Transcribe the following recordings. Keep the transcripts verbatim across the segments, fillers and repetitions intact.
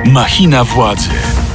Machina władzy.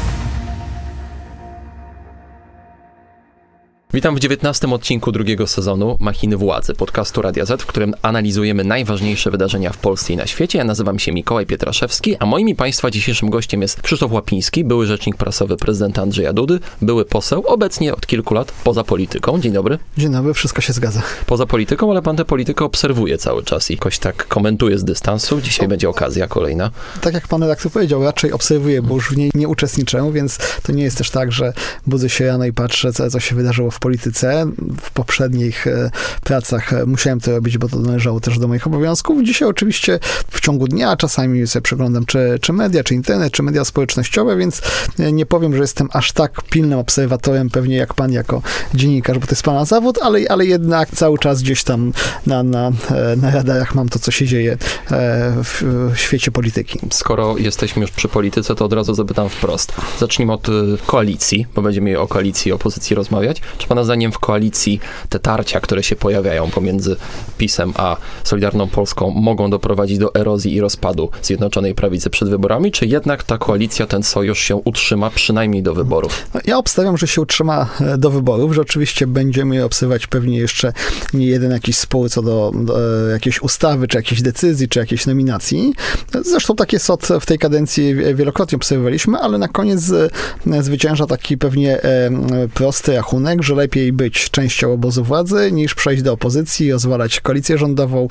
Witam w dziewiętnastym odcinku drugiego sezonu Machiny Władzy, podcastu Radia Z, w którym analizujemy najważniejsze wydarzenia w Polsce i na świecie. Ja nazywam się Mikołaj Pietraszewski, a moim i Państwa dzisiejszym gościem jest Krzysztof Łapiński, były rzecznik prasowy prezydenta Andrzeja Dudy, były poseł, obecnie od kilku lat poza polityką. Dzień dobry. Dzień dobry, wszystko się zgadza. Poza polityką, ale pan tę politykę obserwuje cały czas i jakoś tak komentuje z dystansu. Dzisiaj o, będzie okazja kolejna. Tak jak pan redaktor powiedział, raczej obserwuję, bo już w niej nie uczestniczę, więc to nie jest też tak, że budzę się rano i patrzę, co, co się wydarzyło w polityce. W poprzednich e, pracach e, musiałem to robić, bo to należało też do moich obowiązków. Dzisiaj oczywiście w ciągu dnia czasami sobie przeglądam czy, czy media, czy internet, czy media społecznościowe, więc e, nie powiem, że jestem aż tak pilnym obserwatorem, pewnie jak pan jako dziennikarz, bo to jest pana zawód, ale, ale jednak cały czas gdzieś tam na, na, na radarach mam to, co się dzieje e, w, w świecie polityki. Skoro jesteśmy już przy polityce, to od razu zapytam wprost. Zacznijmy od y, koalicji, bo będziemy o koalicji i opozycji rozmawiać. Czy pana zdaniem w koalicji te tarcia, które się pojawiają pomiędzy PiS-em a Solidarną Polską, mogą doprowadzić do erozji i rozpadu Zjednoczonej Prawicy przed wyborami, czy jednak ta koalicja, ten sojusz się utrzyma przynajmniej do wyborów? Ja obstawiam, że się utrzyma do wyborów, że oczywiście będziemy obserwować pewnie jeszcze nie jeden jakiś spór co do, do jakiejś ustawy, czy jakiejś decyzji, czy jakiejś nominacji. Zresztą tak jest od, w tej kadencji wielokrotnie obserwowaliśmy, ale na koniec zwycięża taki pewnie e, prosty rachunek, że lepiej być częścią obozu władzy, niż przejść do opozycji, rozwalać koalicję rządową,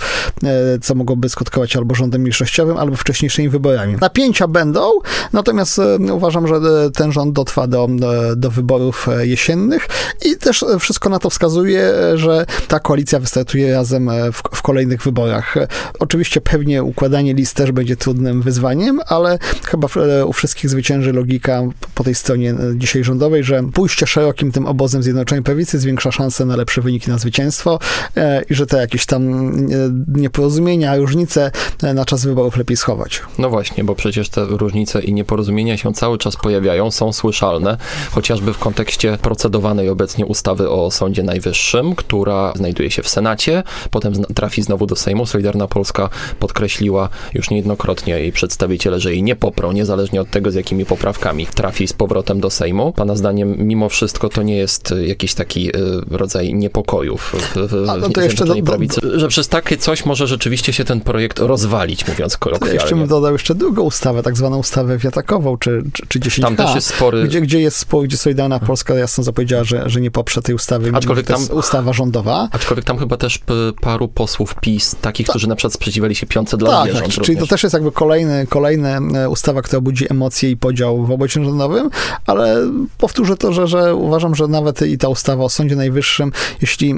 co mogłoby skutkować albo rządem mniejszościowym, albo wcześniejszymi wyborami. Napięcia będą, natomiast uważam, że ten rząd dotrwa do, do wyborów jesiennych i też wszystko na to wskazuje, że ta koalicja wystartuje razem w, w kolejnych wyborach. Oczywiście pewnie układanie list też będzie trudnym wyzwaniem, ale chyba u wszystkich zwycięży logika po tej stronie dzisiaj rządowej, że pójście szerokim tym obozem Zjednoczonej Prawicy zwiększa szanse na lepsze wyniki, na zwycięstwo e, i że te jakieś tam nieporozumienia, różnice na czas wyborów lepiej schować. No właśnie, bo przecież te różnice i nieporozumienia się cały czas pojawiają, są słyszalne, chociażby w kontekście procedowanej obecnie ustawy o Sądzie Najwyższym, która znajduje się w Senacie, potem trafi znowu do Sejmu. Solidarna Polska podkreśliła już niejednokrotnie jej przedstawiciele, że jej nie poprą, niezależnie od tego, z jakimi poprawkami trafi z powrotem do Sejmu. Pana zdaniem, mimo wszystko, to nie jest jakiś taki y, rodzaj niepokojów w, w, A, no w to jeszcze do, prawicy, do, że przez takie coś może rzeczywiście się ten projekt rozwalić, mówiąc kolokwialnie. Jeszcze bym dodał jeszcze drugą ustawę, tak zwaną ustawę wiatakową, czy, czy, czy dziesięć H. Tam też jest spory... Gdzie, gdzie jest spór, gdzie Solidarna Polska jasno zapowiedziała, że, że nie poprze tej ustawy, aczkolwiek to jest tam, ustawa rządowa. Aczkolwiek tam chyba też p- paru posłów PiS, takich, Ta, którzy na przykład sprzeciwiali się piątce dla tak, zwierząt. Tak, czyli to też jest jakby kolejny, kolejna ustawa, która budzi emocje i podział w obozie rządowym, ale powtórzę to, że, że uważam, że nawet i ta ustawa o Sądzie Najwyższym, jeśli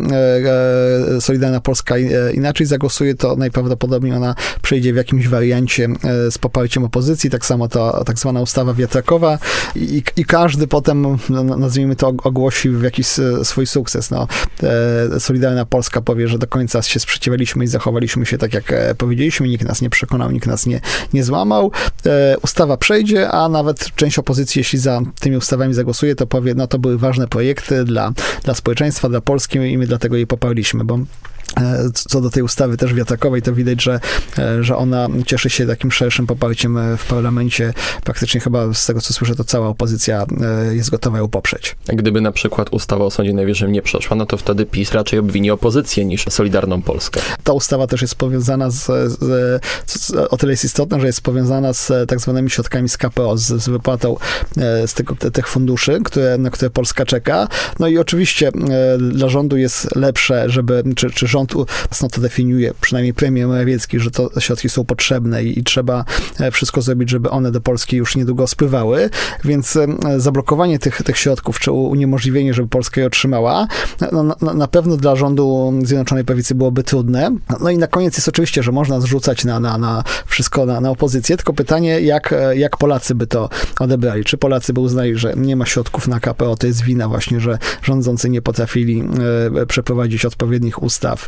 e, Solidarna Polska inaczej zagłosuje, to najprawdopodobniej ona przejdzie w jakimś wariancie e, z poparciem opozycji, tak samo ta tak zwana ustawa wiatrakowa i, i każdy potem, no, nazwijmy to, ogłosi w jakiś swój sukces. No, e, Solidarna Polska powie, że do końca się sprzeciwialiśmy i zachowaliśmy się tak, jak powiedzieliśmy, nikt nas nie przekonał, nikt nas nie, nie złamał. E, ustawa przejdzie, a nawet część opozycji, jeśli za tymi ustawami zagłosuje, to powie, no to były ważne projekty dla, dla społeczeństwa, dla Polski i my dlatego je poparliśmy, bo co do tej ustawy też wiatrakowej, to widać, że, że ona cieszy się takim szerszym poparciem w parlamencie. Praktycznie chyba z tego, co słyszę, to cała opozycja jest gotowa ją poprzeć. Gdyby na przykład ustawa o Sądzie Najwyższym nie przeszła, no to wtedy PiS raczej obwini opozycję niż Solidarną Polskę. Ta ustawa też jest powiązana z, z, z o tyle jest istotna, że jest powiązana z tak zwanymi środkami z K P O, z, z wypłatą z tego, te, tych funduszy, które, na które Polska czeka. No i oczywiście dla rządu jest lepsze, żeby, czy, czy rząd jasno to definiuje, przynajmniej premier Morawiecki, że to środki są potrzebne i, i trzeba wszystko zrobić, żeby one do Polski już niedługo spływały, więc zablokowanie tych, tych środków, czy uniemożliwienie, żeby Polska je otrzymała, no, na, na pewno dla rządu Zjednoczonej Prawicy byłoby trudne. No i na koniec jest oczywiście, że można zrzucać na, na, na wszystko na, na opozycję, tylko pytanie, jak, jak Polacy by to odebrali. Czy Polacy by uznali, że nie ma środków na K P O, to jest wina właśnie, że rządzący nie potrafili e, przeprowadzić odpowiednich ustaw,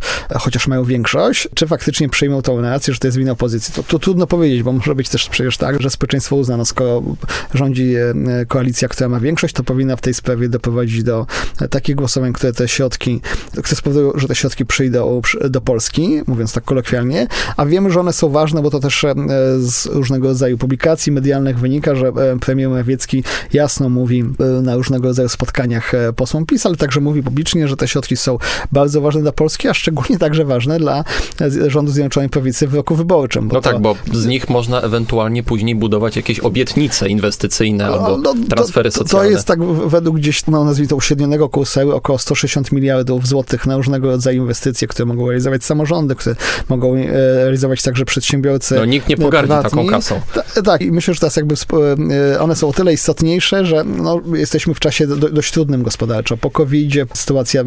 chociaż mają większość, czy faktycznie przyjmą tą narrację, że to jest wina opozycji. To, to trudno powiedzieć, bo może być też przecież tak, że społeczeństwo uzna, no skoro rządzi koalicja, która ma większość, to powinna w tej sprawie doprowadzić do takich głosowań, które te środki, które spowodują, że te środki przyjdą do Polski, mówiąc tak kolokwialnie, a wiemy, że one są ważne, bo to też z różnego rodzaju publikacji medialnych wynika, że premier Morawiecki jasno mówi na różnego rodzaju spotkaniach posłom PiS, ale także mówi publicznie, że te środki są bardzo ważne dla Polski, a szczególnie także ważne dla rządu Zjednoczonej Prawicy w roku wyborczym. No to, tak, bo z nich można ewentualnie później budować jakieś obietnice inwestycyjne no, albo no, transfery to, socjalne. To jest tak według gdzieś, no nazwijmy to uśrednionego kursu, około sto sześćdziesiąt miliardów złotych na różnego rodzaju inwestycje, które mogą realizować samorządy, które mogą realizować także przedsiębiorcy. No nikt nie pogardzi prywatni. taką kasą. Ta, tak, i myślę, że teraz jakby one są o tyle istotniejsze, że no, jesteśmy w czasie do, dość trudnym gospodarczo. Po kowidzie sytuacja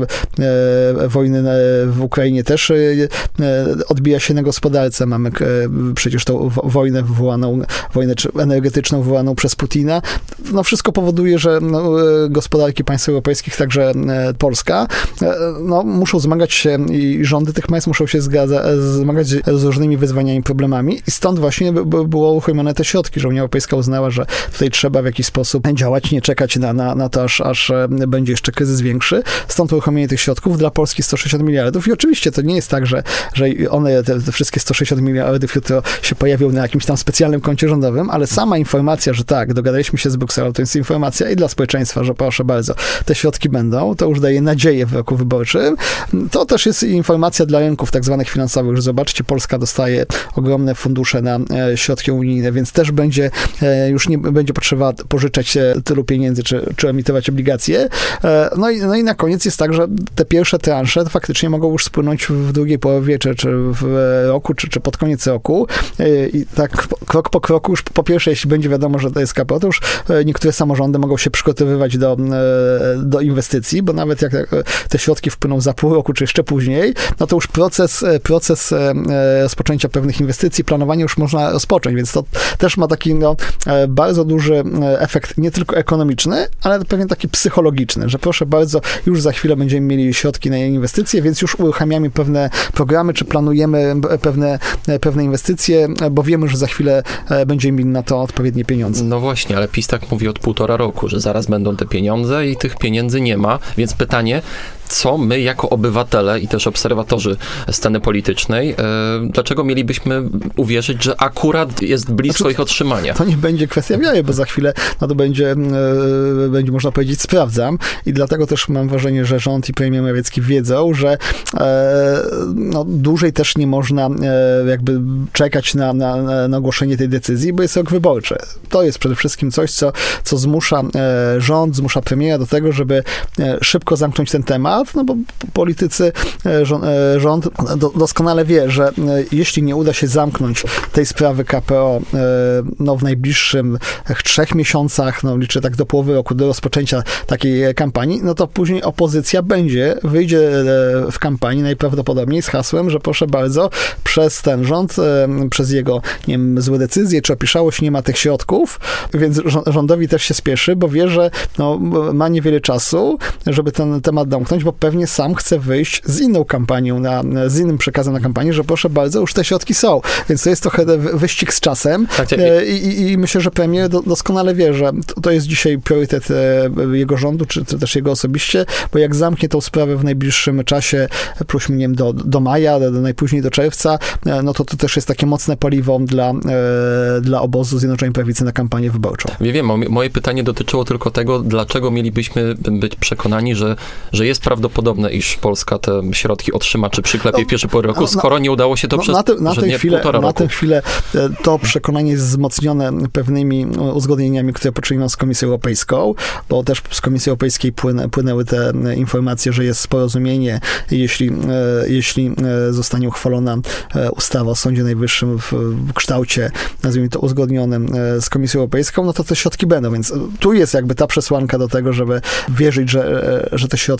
e, wojny w Ukrainie też e, odbija się na gospodarce. Mamy e, przecież tą wojnę wywołaną, wojnę energetyczną wywołaną przez Putina. No wszystko powoduje, że no, gospodarki państw europejskich, także e, Polska, e, no, muszą zmagać się i rządy tych państw muszą się zgadza, zmagać z różnymi wyzwaniami, problemami i stąd właśnie by, by było uruchomione te środki, że Unia Europejska uznała, że tutaj trzeba w jakiś sposób działać, nie czekać na, na, na to, aż, aż będzie jeszcze kryzys większy. Stąd uruchomienie tych środków dla Polski sto sześćdziesiąt miliardów i oczywiście to nie jest tak, że, że one, te, te wszystkie sto sześćdziesiąt miliardów jutro się pojawią na jakimś tam specjalnym koncie rządowym, ale sama informacja, że tak, dogadaliśmy się z Brukselą, to jest informacja i dla społeczeństwa, że proszę bardzo, te środki będą, to już daje nadzieję w roku wyborczym. To też jest informacja dla rynków tak zwanych finansowych, że zobaczcie, Polska dostaje ogromne fundusze na e, środki unijne, więc też będzie, e, już nie będzie potrzeba pożyczać e, tylu pieniędzy, czy, czy emitować obligacje. E, no, i, no i na koniec jest tak, że te pierwsze transze faktycznie mogą już spłynąć w drugiej połowie, czy, czy w roku, czy, czy pod koniec roku. E, I tak krok po kroku już po pierwsze, jeśli będzie wiadomo, że to jest K P O, to już e, niektóre samorządy mogą się przygotowywać do, e, do inwestycji, bo nawet jak te środki wpłyną za pół roku, czy jeszcze później, no to już proces, proces rozpoczęcia pewnych inwestycji, planowania już można rozpocząć, więc to też ma taki no, bardzo duży efekt nie tylko ekonomiczny, ale pewnie taki psychologiczny, że proszę bardzo, już za chwilę będziemy mieli środki na inwestycje, więc już uruchamiamy pewne programy, czy planujemy pewne, pewne inwestycje, bo wiemy, że za chwilę będziemy mieli na to odpowiednie pieniądze. No właśnie, ale PiS tak mówi od półtora roku, że zaraz będą te pieniądze i tych pieniędzy nie ma, więc pytanie, co my jako obywatele i też obserwatorzy sceny politycznej, yy, dlaczego mielibyśmy uwierzyć, że akurat jest blisko znaczy, ich otrzymania? To nie będzie kwestia wiary, bo za chwilę no to będzie, yy, będzie można powiedzieć sprawdzam i dlatego też mam wrażenie, że rząd i premier Morawiecki wiedzą, że yy, no, dłużej też nie można yy, jakby czekać na, na, na ogłoszenie tej decyzji, bo jest rok wyborczy. To jest przede wszystkim coś, co, co zmusza yy, rząd, zmusza premiera do tego, żeby yy, szybko zamknąć ten temat, no bo politycy, rząd doskonale wie, że jeśli nie uda się zamknąć tej sprawy K P O no, w najbliższym trzech miesiącach, no liczę tak do połowy roku, do rozpoczęcia takiej kampanii, no to później opozycja będzie, wyjdzie w kampanii najprawdopodobniej z hasłem, że proszę bardzo, przez ten rząd, przez jego, nie wiem, złe decyzje, czy opieszałość, nie ma tych środków, więc rządowi też się spieszy, bo wie, że no, ma niewiele czasu, żeby ten temat domknąć, bo pewnie sam chce wyjść z inną kampanią, na, z innym przekazem na kampanię, że proszę bardzo, już te środki są. Więc to jest trochę wyścig z czasem tak, I, i, i myślę, że premier do, doskonale wie, że to, to jest dzisiaj priorytet jego rządu, czy, czy też jego osobiście, bo jak zamknie tą sprawę w najbliższym czasie, prośmy, nie wiem, do, do maja, do, do najpóźniej do czerwca, no to to też jest takie mocne paliwo dla, dla obozu Zjednoczonej Prawicy na kampanię wyborczą. Wiem, wiem, moje pytanie dotyczyło tylko tego, dlaczego mielibyśmy być przekonani, że, że jest prawdopodobne, iż Polska te środki otrzyma, czy przyklepie w pierwszej pory roku, skoro nie udało się to no, przez na, te, na, tej chwilę, półtora roku. Na tę chwilę to przekonanie jest wzmocnione pewnymi uzgodnieniami, które poczyniono z Komisją Europejską, bo też z Komisji Europejskiej płynę, płynęły te informacje, że jest porozumienie, jeśli, jeśli zostanie uchwalona ustawa o Sądzie Najwyższym w, w kształcie, nazwijmy to, uzgodnionym z Komisją Europejską, no to te środki będą, więc tu jest jakby ta przesłanka do tego, żeby wierzyć, że, że te środki mo-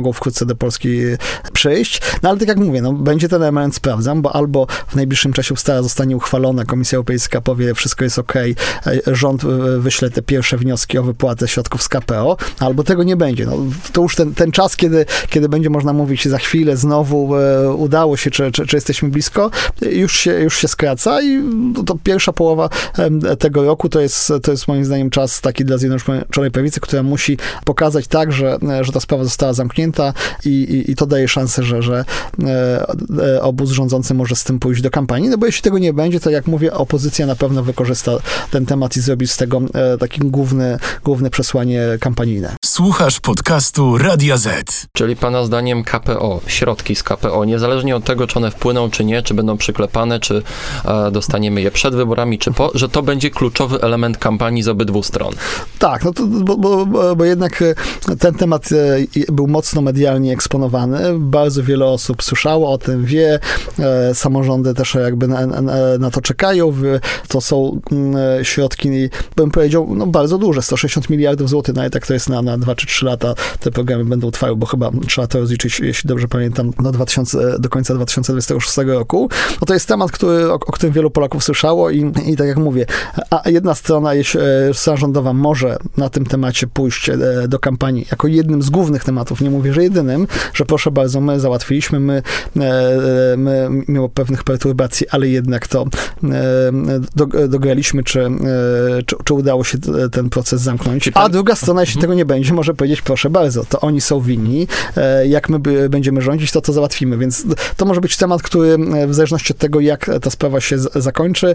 mogą wkrótce do Polski przyjść. No ale tak jak mówię, no, będzie ten element sprawdzam, bo albo w najbliższym czasie ustawa zostanie uchwalona, Komisja Europejska powie, wszystko jest okej, rząd wyśle te pierwsze wnioski o wypłatę środków z K P O, albo tego nie będzie. No, to już ten, ten czas, kiedy, kiedy będzie można mówić za chwilę znowu e, udało się, czy, czy, czy jesteśmy blisko, już się, już się skraca i to, to pierwsza połowa e, tego roku to jest, to jest moim zdaniem czas taki dla Zjednoczonej Prawicy, która musi pokazać tak, że, że ta sprawa została zamknięta i, i, i to daje szansę, że, że e, obóz rządzący może z tym pójść do kampanii, no bo jeśli tego nie będzie, to jak mówię, opozycja na pewno wykorzysta ten temat i zrobi z tego e, takie główne, główne przesłanie kampanijne. Słuchasz podcastu Radia Z. Czyli pana zdaniem K P O, środki z K P O, niezależnie od tego, czy one wpłyną, czy nie, czy będą przyklepane, czy e, dostaniemy je przed wyborami, czy po, że to będzie kluczowy element kampanii z obydwu stron. Tak, no to, bo, bo, bo jednak ten temat był mocno medialnie eksponowany. Bardzo wiele osób słyszało o tym, wie. E, samorządy też jakby na, na, na to czekają. To są e, środki, bym powiedział, no bardzo duże, sto sześćdziesiąt miliardów złotych, nawet jak to jest na, na dwa czy trzy lata, te programy będą trwały, bo chyba trzeba to rozliczyć, jeśli dobrze pamiętam, do, dwa tysiące, do końca dwa tysiące dwudziestego szóstego roku. No to jest temat, który, o, o którym wielu Polaków słyszało i, i tak jak mówię, a jedna strona, jeśli strona rządowa może na tym temacie pójść do kampanii jako jednym z głównych tematów, nie mówię, że jedynym, że proszę bardzo, my załatwiliśmy, my, my mimo pewnych perturbacji, ale jednak to dograliśmy, czy, czy, czy udało się ten proces zamknąć. A druga strona, jeśli tego nie będzie, może powiedzieć, proszę bardzo, to oni są winni, jak my będziemy rządzić, to to załatwimy, więc to może być temat, który w zależności od tego, jak ta sprawa się z- zakończy,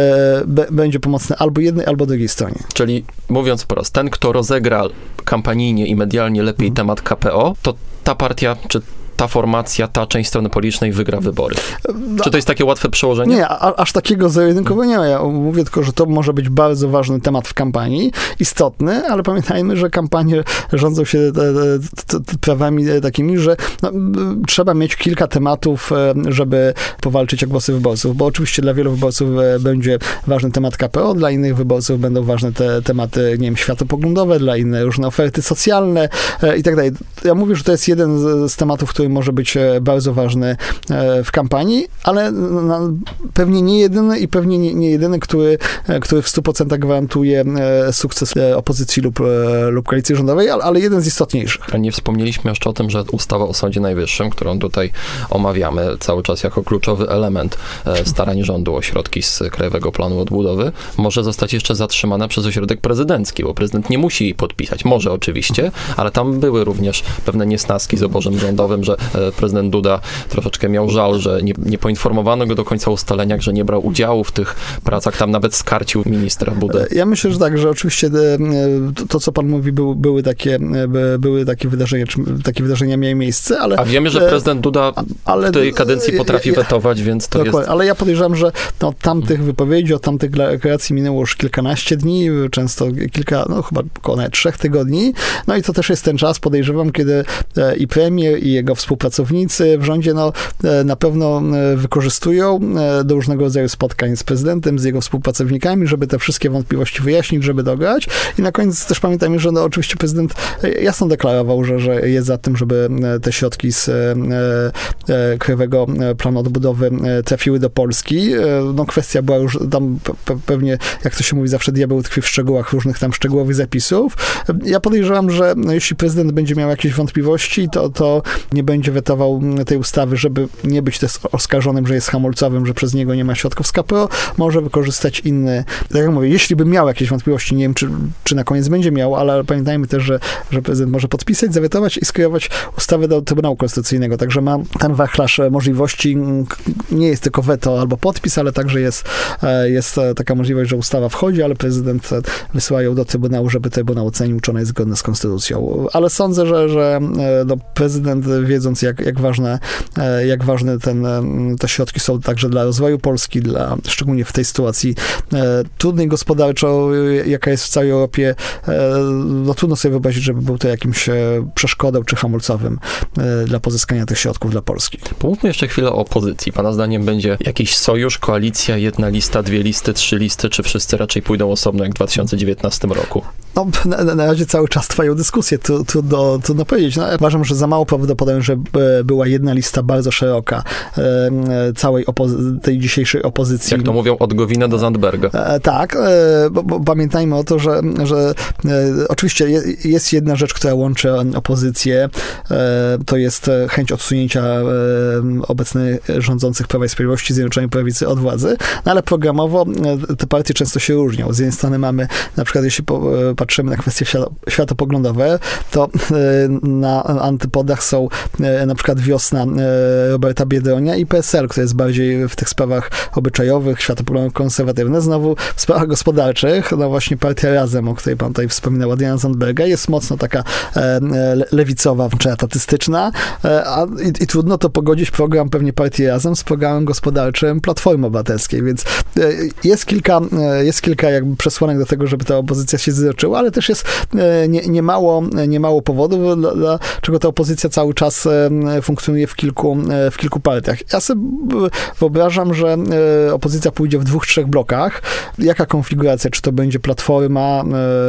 b- będzie pomocny albo jednej, albo drugiej stronie. Czyli mówiąc wprost, ten, kto rozegra kampanijnie i medialnie lepiej hmm. temat K P O, to ta partia, czy ta formacja, ta część strony politycznej wygra wybory. No, czy to jest takie łatwe przełożenie? Nie, a, aż takiego zero-jedynkowego nie ma. Ja mówię tylko, że to może być bardzo ważny temat w kampanii, istotny, ale pamiętajmy, że kampanie rządzą się te, te, te prawami takimi, że no, trzeba mieć kilka tematów, żeby powalczyć o głosy wyborców, bo oczywiście dla wielu wyborców będzie ważny temat K P O, dla innych wyborców będą ważne te tematy, nie wiem, światopoglądowe, dla innych różne oferty socjalne i tak dalej. Ja mówię, że to jest jeden z, z tematów, który może być bardzo ważny w kampanii, ale pewnie nie jedyny i pewnie nie, nie jedyny, który, który w stu procentach gwarantuje sukces opozycji lub, lub koalicji rządowej, ale jeden z istotniejszych. A nie wspomnieliśmy jeszcze o tym, że ustawa o Sądzie Najwyższym, którą tutaj omawiamy cały czas jako kluczowy element starań rządu o środki z Krajowego Planu Odbudowy, może zostać jeszcze zatrzymana przez ośrodek prezydencki, bo prezydent nie musi jej podpisać. Może oczywiście, ale tam były również pewne niesnaski z obożem rządowym, że prezydent Duda troszeczkę miał żal, że nie, nie poinformowano go do końca o ustaleniach, że nie brał udziału w tych pracach, tam nawet skarcił ministra Budę. Ja myślę, że tak, że oczywiście to, to co pan mówi, był, były takie, były takie wydarzenia, czy takie wydarzenia miały miejsce, ale... A wiemy, że prezydent Duda ale, w tej kadencji potrafi ja, wetować, więc to jest... Ale ja podejrzewam, że od tamtych wypowiedzi, od tamtych deklaracji minęło już kilkanaście dni, często kilka, no chyba około nawet trzech tygodni, no i to też jest ten czas, podejrzewam, kiedy i premier, i jego współpracownicy w rządzie no, na pewno wykorzystują do różnego rodzaju spotkań z prezydentem, z jego współpracownikami, żeby te wszystkie wątpliwości wyjaśnić, żeby dograć. I na koniec też pamiętajmy, że no, oczywiście prezydent jasno deklarował, że, że jest za tym, żeby te środki z Krajowego Planu Odbudowy trafiły do Polski. No kwestia była już tam pe- pewnie, jak to się mówi, zawsze diabeł tkwi w szczegółach różnych tam szczegółowych zapisów. Ja podejrzewam, że no, jeśli prezydent będzie miał jakieś wątpliwości, to, to nie będzie wetował tej ustawy, żeby nie być też oskarżonym, że jest hamulcowym, że przez niego nie ma środków z K P O, może wykorzystać inny, tak jak mówię, jeśli by miał jakieś wątpliwości, nie wiem, czy, czy na koniec będzie miał, ale pamiętajmy też, że, że prezydent może podpisać, zawetować i skierować ustawę do Trybunału Konstytucyjnego, także ma ten wachlarz możliwości, nie jest tylko weto albo podpis, ale także jest, jest taka możliwość, że ustawa wchodzi, ale prezydent wysyła ją do Trybunału, żeby Trybunał ocenił, czy ona jest zgodna z Konstytucją. Ale sądzę, że, że no, prezydent wie, wiedząc, jak, jak ważne, jak ważne ten, te środki są także dla rozwoju Polski, dla, szczególnie w tej sytuacji trudnej gospodarczo, jaka jest w całej Europie, no trudno sobie wyobrazić, żeby był to jakimś przeszkodą czy hamulcowym dla pozyskania tych środków dla Polski. Pomówmy jeszcze chwilę o opozycji. Pana zdaniem będzie jakiś sojusz, koalicja, jedna lista, dwie listy, trzy listy, czy wszyscy raczej pójdą osobno jak w dwa tysiące dziewiętnastym roku? No, na, na razie cały czas trwają dyskusje, tu, trudno, trudno powiedzieć. No, uważam, że za mało prawdopodobne, że była jedna lista bardzo szeroka całej opo- tej dzisiejszej opozycji. Jak to mówią, od Gowina do Zandberga. E, tak, e, bo, bo pamiętajmy o to, że, że e, oczywiście je, jest jedna rzecz, która łączy opozycję, e, to jest chęć odsunięcia e, obecnych rządzących Prawa i Sprawiedliwości, Zjednoczonej Prawicy od władzy, no ale programowo e, te partie często się różnią. Z jednej strony mamy, na przykład jeśli po, patrzymy na kwestie światopoglądowe, to na antypodach są na przykład Wiosna Roberta Biedronia i P S L, który jest bardziej w tych sprawach obyczajowych, światopoglądowych, konserwatywne. Znowu w sprawach gospodarczych, no właśnie partia Razem, o której pan tutaj wspominał, Adriana Zandberga, jest mocno taka lewicowa, czy atatystyczna, a, i, i trudno to pogodzić program pewnie partii Razem z programem gospodarczym Platformy Obywatelskiej, więc jest kilka, jest kilka jakby przesłanek do tego, żeby ta opozycja się zjednoczyła, ale też jest nie, nie, mało, nie mało powodów, dla, dlaczego ta opozycja cały czas funkcjonuje w kilku, w kilku partiach. Ja sobie wyobrażam, że opozycja pójdzie w dwóch, trzech blokach. Jaka konfiguracja? Czy to będzie Platforma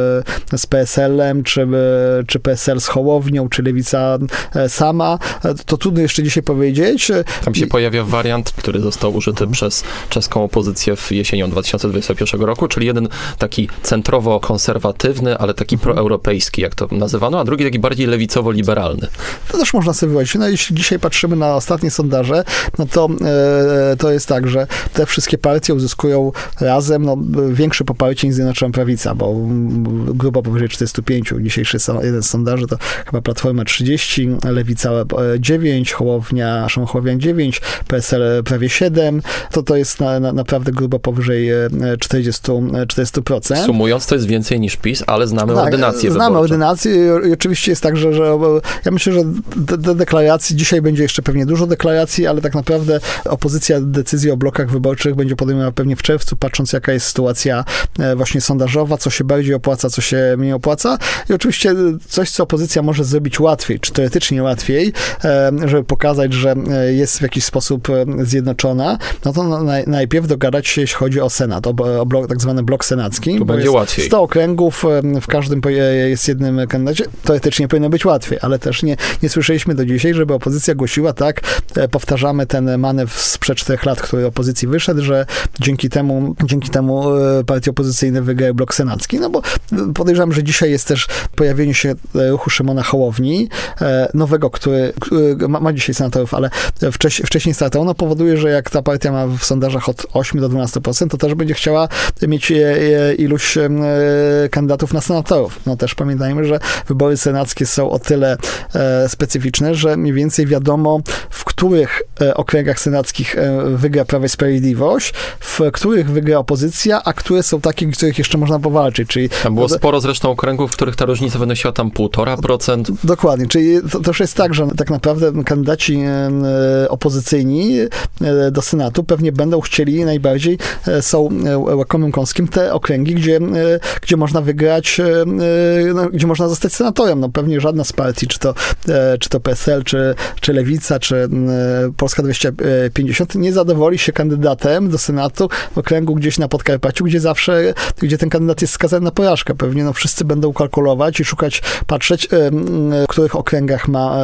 z P S L-em, czy, czy P S L z Hołownią, czy Lewica sama? To trudno jeszcze dzisiaj powiedzieć. Tam się I... pojawia wariant, który został użyty przez czeską opozycję w jesienią dwa tysiące dwudziestego pierwszego roku, czyli jeden taki centrowo-konserwatywny, ale taki proeuropejski, jak to nazywano, a drugi taki bardziej lewicowo-liberalny. To też można sobie wyobrazić. No, jeśli dzisiaj patrzymy na ostatnie sondaże, no to, e, to jest tak, że te wszystkie partie uzyskują razem no, większe poparcie niż Zjednoczona Prawica, bo grupa powyżej czterdzieści pięć, dzisiejszy jeden z sondaży to chyba Platforma trzydzieści, Lewica dziewięć, Hołownia, Szymon Hołownia dziewięć, P S L prawie siedem, to to jest na, na, naprawdę grupa powyżej czterdzieści procent. Sumując, to jest więcej niż PiS, ale znamy tak, ordynację Znamy wyborczą. ordynację i oczywiście jest tak, że, że ja myślę, że te, te deklaracje, dzisiaj będzie jeszcze pewnie dużo deklaracji, ale tak naprawdę opozycja decyzji o blokach wyborczych będzie podejmowała pewnie w czerwcu, patrząc jaka jest sytuacja właśnie sondażowa, co się bardziej opłaca, co się mniej opłaca i oczywiście coś, co opozycja może zrobić łatwiej, czy teoretycznie łatwiej, żeby pokazać, że jest w jakiś sposób zjednoczona, no to najpierw dogadać się, jeśli chodzi o Senat, o blok, tak zwany blok senacki. To będzie łatwiej. sto okręgów, w każdym jest jednym kandydacie. Teoretycznie powinno być łatwiej, ale też nie, nie słyszeliśmy do dzisiaj, żeby opozycja głosiła tak, powtarzamy ten manewr sprzed czterech lat, który opozycji wyszedł, że dzięki temu, dzięki temu partie opozycyjne wygrały blok senacki, no bo podejrzewam, że dzisiaj jest też pojawienie się ruchu Szymona Hołowni, nowego, który, który ma, ma dzisiaj senatorów, ale wcześ, wcześniej startował, no powoduje, że jak ta partia ma w sondażach od ośmiu do dwunastu procent, to też będzie chciała mieć iluś kandydatów na senatorów. No też pamiętajmy, że wybory senackie są o tyle e, specyficzne, że mniej więcej wiadomo, w których e, okręgach senackich e, wygra Prawo i Sprawiedliwość, w których wygra opozycja, a które są takie, w których jeszcze można powalczyć. Czyli tam było sporo zresztą okręgów, w których ta różnica wynosiła tam półtora procent. Dokładnie, czyli to, to już jest tak, że tak naprawdę kandydaci e, opozycyjni e, do Senatu pewnie będą chcieli najbardziej, e, są e, łakomym kąskiem te okręgi, gdzie, e, gdzie można wygrać, e, no, gdzie można zostać senatorem. No pewnie żadna z partii, czy to, e, czy to P S L, czy, czy Lewica, czy e, Polska dwieście pięćdziesiąt nie zadowoli się kandydatem do Senatu w okręgu gdzieś na Podkarpaciu, gdzie zawsze, gdzie ten kandydat jest skazany na porażkę. Pewnie no wszyscy będą kalkulować i szukać, patrzeć, e, w których okręgach ma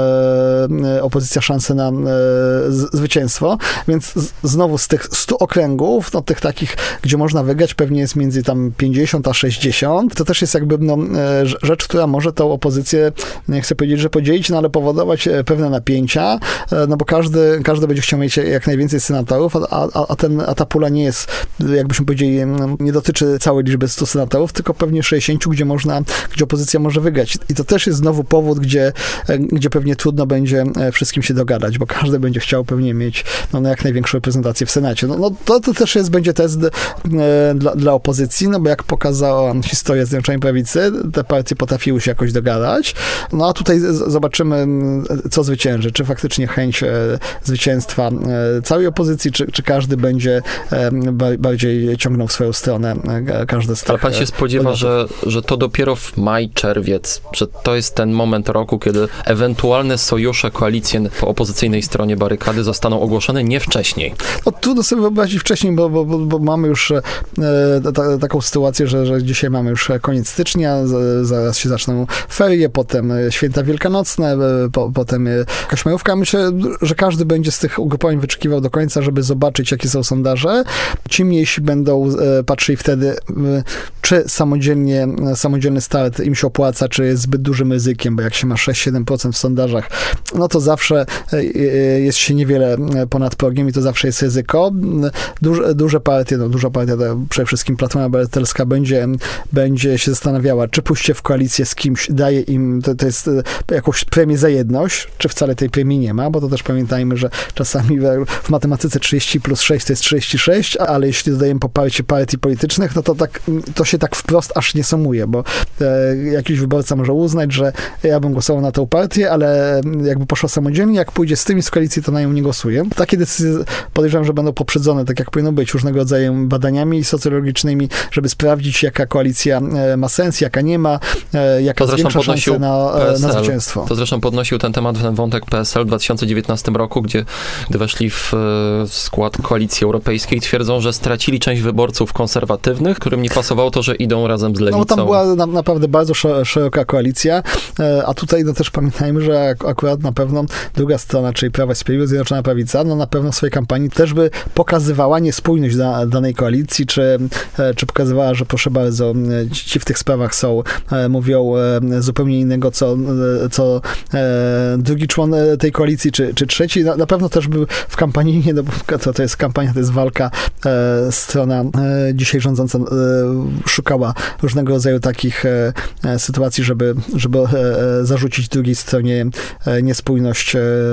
e, opozycja szansę na e, z, zwycięstwo. Więc z, znowu z tych stu okręgów, no tych takich, gdzie można wygrać, pewnie jest między tam pięćdziesiąt a sześćdziesiąt. To też jest jakby no, rzecz, która może tą opozycję, nie chcę powiedzieć, że podzielić, no ale powodować pewne napięcia, no bo każdy, każdy będzie chciał mieć jak najwięcej senatorów, a, a, a, ten, a ta pula nie jest, jakbyśmy powiedzieli, nie dotyczy całej liczby stu senatorów, tylko pewnie sześćdziesięciu, gdzie można, gdzie opozycja może wygrać. I to też jest znowu powód, gdzie, gdzie pewnie trudno będzie wszystkim się dogadać, bo każdy będzie chciał pewnie mieć no, no jak największą reprezentację w Senacie. No, no to, to też jest, będzie test e, dla, dla opozycji, no bo jak pokazała historia Zjednoczonej Prawicy, te partie potrafiły się jakoś dogadać. No a tutaj z, zobaczymy, co zwycięży, czy faktycznie chęć zwycięstwa całej opozycji, czy, czy każdy będzie bardziej ciągnął w swoją stronę każde z tych. Ale pan się spodziewa, że, że to dopiero w maj, czerwiec, że to jest ten moment roku, kiedy ewentualne sojusze, koalicje po opozycyjnej stronie barykady zostaną ogłoszone, nie wcześniej? No trudno sobie wyobrazić wcześniej, bo, bo, bo mamy już e, ta, taką sytuację, że, że dzisiaj mamy już koniec stycznia, z, zaraz się zaczną ferie, potem święta wielkanocne, po, potem jakaś majówka. Myślę, że każdy będzie z tych ugrupowań wyczekiwał do końca, żeby zobaczyć, jakie są sondaże. Ci mniejsi będą e, patrzyli wtedy, e, czy samodzielnie, samodzielny start im się opłaca, czy jest zbyt dużym ryzykiem, bo jak się ma sześć siedem procent w sondażach, no to zawsze jest się niewiele ponad progiem i to zawsze jest ryzyko. Duże, duże partie, no duża partia, przede wszystkim Platforma Obywatelska będzie, będzie się zastanawiała, czy pójście w koalicję z kimś daje im, to, to jest jakąś premię za jedność, czy wcale tej premii nie ma, bo to też pamiętajmy, że czasami w matematyce trzydzieści plus sześć to jest trzydzieści sześć, ale jeśli dodajemy poparcie partii politycznych, no to tak, to się tak wprost aż nie sumuje, bo e, jakiś wyborca może uznać, że ja bym głosował na tę partię, ale jakby poszła samodzielnie, jak pójdzie z tymi z koalicji, to na nią nie głosuje. Takie decyzje podejrzewam, że będą poprzedzone, tak jak powinno być, różnego rodzaju badaniami socjologicznymi, żeby sprawdzić, jaka koalicja ma sens, jaka nie ma, jaka jest większa szansa na, na zwycięstwo. To zresztą podnosił ten temat, ten wątek P S L w dwa tysiące dziewiętnastym roku, gdzie gdy weszli w skład Koalicji Europejskiej, twierdzą, że stracili część wyborców konserwatywnych, którym nie pasowało to, że idą razem z lewicą. No tam była na, naprawdę bardzo szeroka koalicja, a tutaj no też pamiętajmy, że akurat na pewno druga strona, czyli Prawa i Sprawiedliwość, Zjednoczona Prawica, no na pewno w swojej kampanii też by pokazywała niespójność da, danej koalicji, czy, czy pokazywała, że proszę bardzo, ci w tych sprawach są, mówią zupełnie innego, co, co drugi człon tej koalicji, czy, czy trzeci. Na, na pewno też by w kampanii, nie, to, to jest kampania, to jest walka, strona dzisiaj rządząca szukała różnego rodzaju takich sytuacji, żeby, żeby zarzucić drugiej stronie niespójność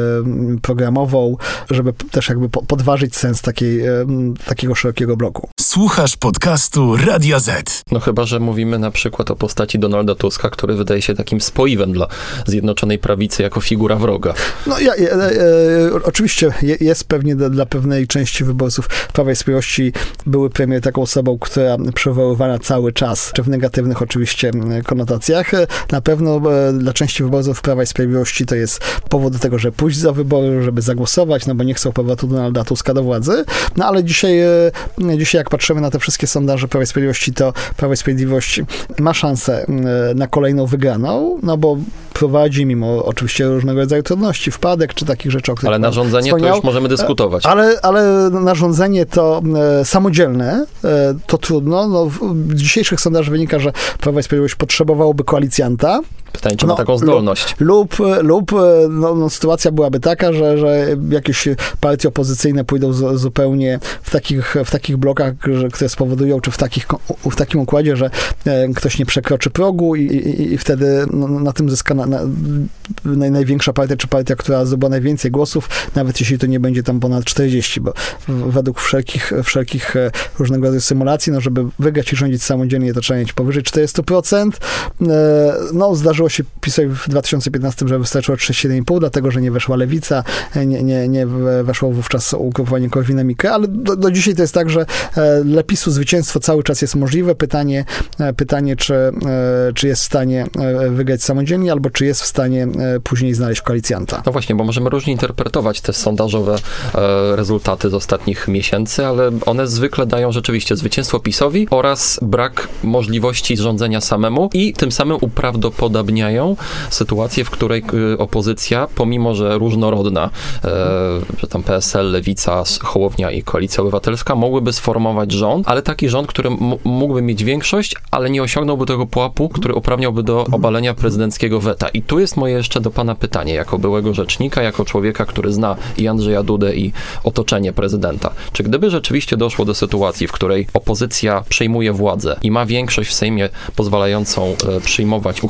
programową, żeby też jakby podważyć sens takiej, takiego szerokiego bloku. Słuchasz podcastu Radia Z. No chyba, że mówimy na przykład o postaci Donalda Tuska, który wydaje się takim spoiwem dla Zjednoczonej Prawicy jako figura wroga. No ja, ja, e, oczywiście jest pewnie dla, dla pewnej części wyborców Prawa i Sprawiedliwości były premier taką osobą, która przywoływana cały czas, czy w negatywnych oczywiście konotacjach. Na pewno e, dla części wyborców Prawa i Sprawiedliwości to jest powód do tego, żeby pójść za wybory, żeby zagłosować, no bo nie chcą powrotu Donalda Tuska do władzy. No ale dzisiaj, e, dzisiaj jak patrzymy na te wszystkie sondaże Prawa i Sprawiedliwości, to Prawo i Sprawiedliwość ma szansę na kolejną wygraną, no bo prowadzi, mimo oczywiście różnego rodzaju trudności, wpadek, czy takich rzeczy, o których Ale narządzenie to już możemy dyskutować. Ale, ale narządzenie to e, samodzielne, e, to trudno. No, w dzisiejszych sondażach wynika, że Prawo i Sprawiedliwość potrzebowałoby koalicjanta. Pytanie, czy no, ma taką zdolność? Lub, lub no, no, sytuacja byłaby taka, że, że jakieś partie opozycyjne pójdą z, zupełnie w takich, w takich blokach, że, które spowodują, czy w, takich, w takim układzie, że e, ktoś nie przekroczy progu i, i, i wtedy no, na tym zyska na, na, naj, największa partia, czy partia, która zdobyła najwięcej głosów, nawet jeśli to nie będzie tam ponad czterdzieści, bo w, według wszelkich, wszelkich różnego rodzaju symulacji, no żeby wygrać i rządzić samodzielnie, to trzeba mieć powyżej czterdzieści procent. E, no zdarzyło się PiS-owi w dwa tysiące piętnastym, że wystarczyło trzydzieści siedem i pół, dlatego, że nie weszła Lewica, nie, nie, nie weszło wówczas ugrupowanie Korwina-Mikke, ale do, do dzisiaj to jest tak, że dla PiS-u zwycięstwo cały czas jest możliwe. Pytanie, pytanie czy, czy jest w stanie wygrać samodzielnie, albo czy jest w stanie później znaleźć koalicjanta. No właśnie, bo możemy różnie interpretować te sondażowe e, rezultaty z ostatnich miesięcy, ale one zwykle dają rzeczywiście zwycięstwo PiS-owi oraz brak możliwości rządzenia samemu i tym samym uprawdopodobniają sytuację, w której y, opozycja, pomimo że różnorodna, e, że tam P S L, Lewica, Hołownia i Koalicja Obywatelska mogłyby sformować rząd, ale taki rząd, który m- mógłby mieć większość, ale nie osiągnąłby tego pułapu, który uprawniałby do obalenia prezydenckiego weta. I tu jest moje jeszcze do pana pytanie, jako byłego rzecznika, jako człowieka, który zna i Andrzeja Dudę i otoczenie prezydenta. Czy gdyby rzeczywiście doszło do sytuacji, w której opozycja przejmuje władzę i ma większość w Sejmie pozwalającą e, przyjmować, uchwalać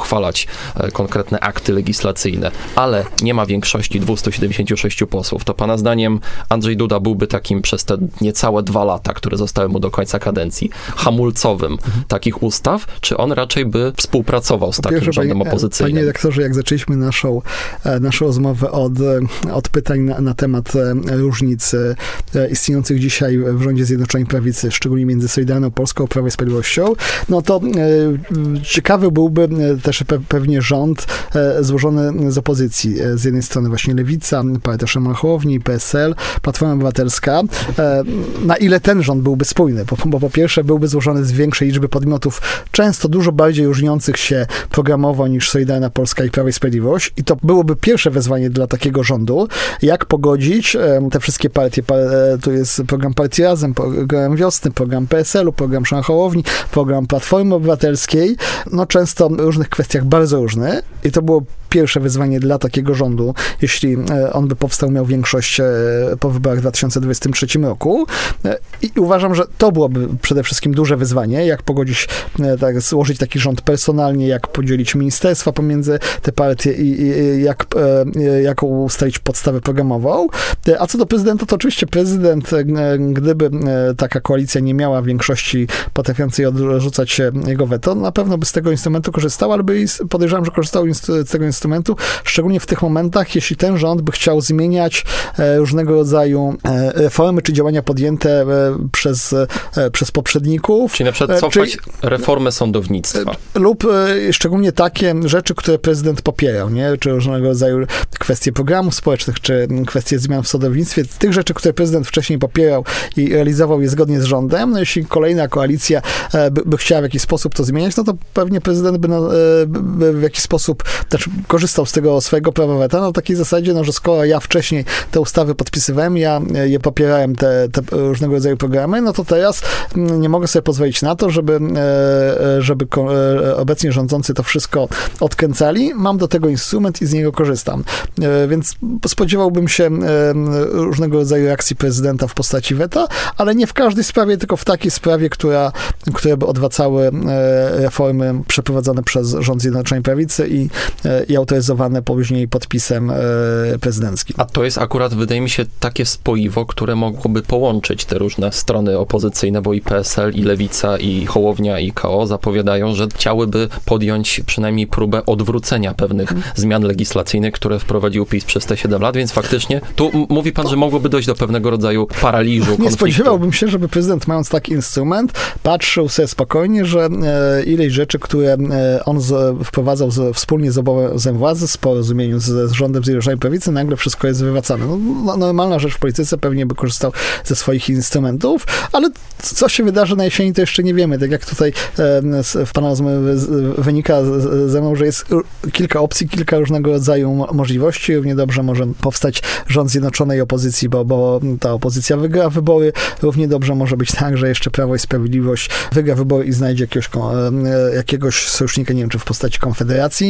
jakieś e, konkretne akty legislacyjne, ale nie ma większości dwieście siedemdziesiąt sześć posłów, to pana zdaniem Andrzej Duda byłby takim przez te niecałe dwa lata, które zostały mu do końca kadencji, hamulcowym mhm. takich ustaw, czy on raczej by współpracował z takim Pierwsze, rządem panie, opozycyjnym? Panie redaktorze, jak zaczęliśmy naszą, naszą rozmowę od, od pytań na, na temat różnic istniejących dzisiaj w rządzie Zjednoczonej Prawicy, szczególnie między Solidarną Polską a Prawem i Sprawiedliwością, no to e, ciekawy byłby też pe, pewnie rząd e, złożony z opozycji. Z jednej strony właśnie Lewica, Partia Szymona Hołowni, P S L, Platforma Obywatelska. E, na ile ten rząd byłby spójny? Bo, bo po pierwsze byłby złożony z większej liczby podmiotów, często dużo bardziej różniących się programowo niż Solidarna Polska i Prawo i Sprawiedliwość. I to byłoby pierwsze wezwanie dla takiego rządu, jak pogodzić e, te wszystkie partie. Pa, e, tu jest program Partii Razem, program Wiosny, program P S L u, program Szymona Hołowni, program Platformy Obywatelskiej, no często w różnych kwestiach bardzo różne i to było pierwsze wyzwanie dla takiego rządu, jeśli on by powstał, miał większość po wyborach w dwa tysiące dwudziestym trzecim roku. I uważam, że to byłoby przede wszystkim duże wyzwanie, jak pogodzić, tak, złożyć taki rząd personalnie, jak podzielić ministerstwa pomiędzy te partie i, i jak, jak ustalić podstawę programową. A co do prezydenta, to oczywiście prezydent, gdyby taka koalicja nie miała większości potrafiącej odrzucać jego weto, na pewno by z tego instrumentu korzystał, ale by podejrzewam, że korzystał z tego instrumentu, szczególnie w tych momentach, jeśli ten rząd by chciał zmieniać e, różnego rodzaju e, reformy czy działania podjęte e, przez, e, przez poprzedników. Czyli na przykład cofać czyli, reformę sądownictwa. E, lub e, szczególnie takie rzeczy, które prezydent popierał, nie? Czy różnego rodzaju kwestie programów społecznych, czy kwestie zmian w sądownictwie. Tych rzeczy, które prezydent wcześniej popierał i realizował je zgodnie z rządem, no jeśli kolejna koalicja e, by, by chciała w jakiś sposób to zmieniać, no to pewnie prezydent by, na, e, by w jakiś sposób też korzystał z tego swojego prawa weta na takiej zasadzie, no, że skoro ja wcześniej te ustawy podpisywałem, ja je popierałem, te, te różnego rodzaju programy, no to teraz nie mogę sobie pozwolić na to, żeby, żeby obecnie rządzący to wszystko odkręcali. Mam do tego instrument i z niego korzystam. Więc spodziewałbym się różnego rodzaju reakcji prezydenta w postaci weta, ale nie w każdej sprawie, tylko w takiej sprawie, która, które by odwracały reformy przeprowadzone przez rząd Zjednoczonej Prawicy i i autoryzowane później podpisem e, prezydenckim. A to jest akurat, wydaje mi się, takie spoiwo, które mogłoby połączyć te różne strony opozycyjne, bo i P S L, i Lewica, i Hołownia, i K O zapowiadają, że chciałyby podjąć przynajmniej próbę odwrócenia pewnych hmm. zmian legislacyjnych, które wprowadził PiS przez te siedem lat, więc faktycznie tu m- mówi pan, że mogłoby dojść do pewnego rodzaju paraliżu, konfliktu. Nie spodziewałbym się, żeby prezydent, mając taki instrument, patrzył sobie spokojnie, że e, ileś rzeczy, które e, on z, wprowadzał z, wspólnie z obowiązem władzy, w porozumieniu z, z rządem Zjednoczonej Prawicy, nagle wszystko jest wywracane. No, normalna rzecz w polityce, pewnie by korzystał ze swoich instrumentów, ale co się wydarzy na jesieni, to jeszcze nie wiemy. Tak jak tutaj e, w pana rozmowy wynika ze mną, że jest kilka opcji, kilka różnego rodzaju możliwości. Równie dobrze może powstać rząd zjednoczonej opozycji, bo, bo ta opozycja wygra wybory. Równie dobrze może być tak, że jeszcze Prawo i Sprawiedliwość wygra wybory i znajdzie jakiegoś, jakiegoś sojusznika, nie wiem, czy w postaci Konfederacji.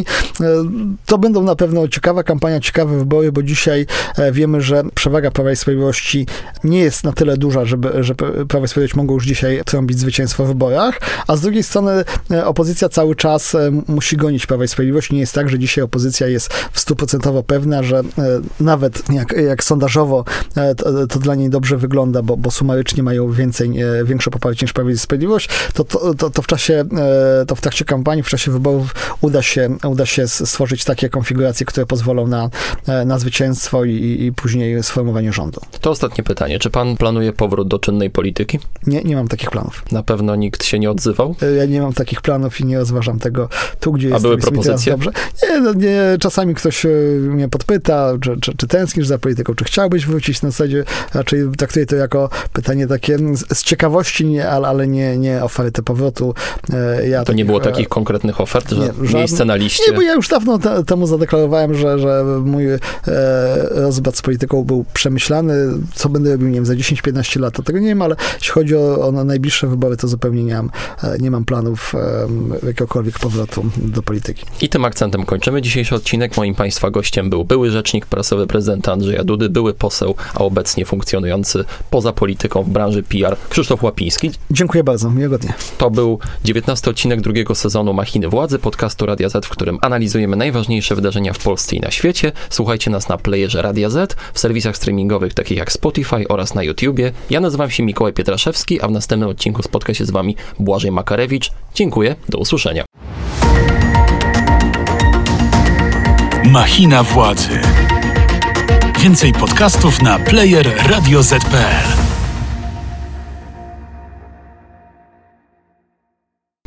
To będą na pewno ciekawa kampania, ciekawe wybory, bo dzisiaj wiemy, że przewaga Prawa i Sprawiedliwości nie jest na tyle duża, żeby, że Prawo i Sprawiedliwość mogło już dzisiaj trąbić zwycięstwo w wyborach, a z drugiej strony opozycja cały czas musi gonić Prawo i Sprawiedliwość. Nie jest tak, że dzisiaj opozycja jest w stuprocentowo pewna, że nawet jak, jak sondażowo to, to dla niej dobrze wygląda, bo, bo sumarycznie mają więcej, większe poparcie niż Prawo i Sprawiedliwość, to, to, to, to w czasie, to w trakcie kampanii, w czasie wyborów uda się, uda się stworzyć takie konfiguracje, które pozwolą na, na zwycięstwo i, i później sformowanie rządu. To ostatnie pytanie. Czy pan planuje powrót do czynnej polityki? Nie, nie mam takich planów. Na pewno nikt się nie odzywał? Ja nie mam takich planów i nie rozważam tego tu, gdzie jest. A były propozycje? Dobrze. Nie, no nie, czasami ktoś mnie podpyta, czy, czy, czy tęsknisz za polityką, czy chciałbyś wrócić. Na zasadzie raczej traktuję to jako pytanie takie z, z ciekawości, nie, ale, ale nie, nie oferty powrotu. Ja to takich, nie było takich konkretnych ofert, że nie, miejsce na liście? Nie, bo ja już dawno te, temu zadeklarowałem, że, że mój e, rozbrat z polityką był przemyślany. Co będę robił, nie wiem, za dziesięć piętnaście lat, to tego nie wiem, ale jeśli chodzi o, o najbliższe wybory, to zupełnie nie mam, nie mam planów e, jakiegokolwiek powrotu do polityki. I tym akcentem kończymy dzisiejszy odcinek. Moim państwa gościem był były rzecznik prasowy prezydenta Andrzeja Dudy, były poseł, a obecnie funkcjonujący poza polityką w branży P R Krzysztof Łapiński. Dziękuję bardzo. miłego dnia. To był dziewiętnasty odcinek drugiego sezonu Machiny Władzy, podcastu Radia Z, w którym analizujemy najważniejsze wydarzenia w Polsce i na świecie. Słuchajcie nas na playerze Radia Z, w serwisach streamingowych takich jak Spotify oraz na YouTubie. Ja nazywam się Mikołaj Pietraszewski, a w następnym odcinku spotka się z wami Błażej Makarewicz. Dziękuję, do usłyszenia. Machina Władzy. Więcej podcastów na player radio zet kropka pe el.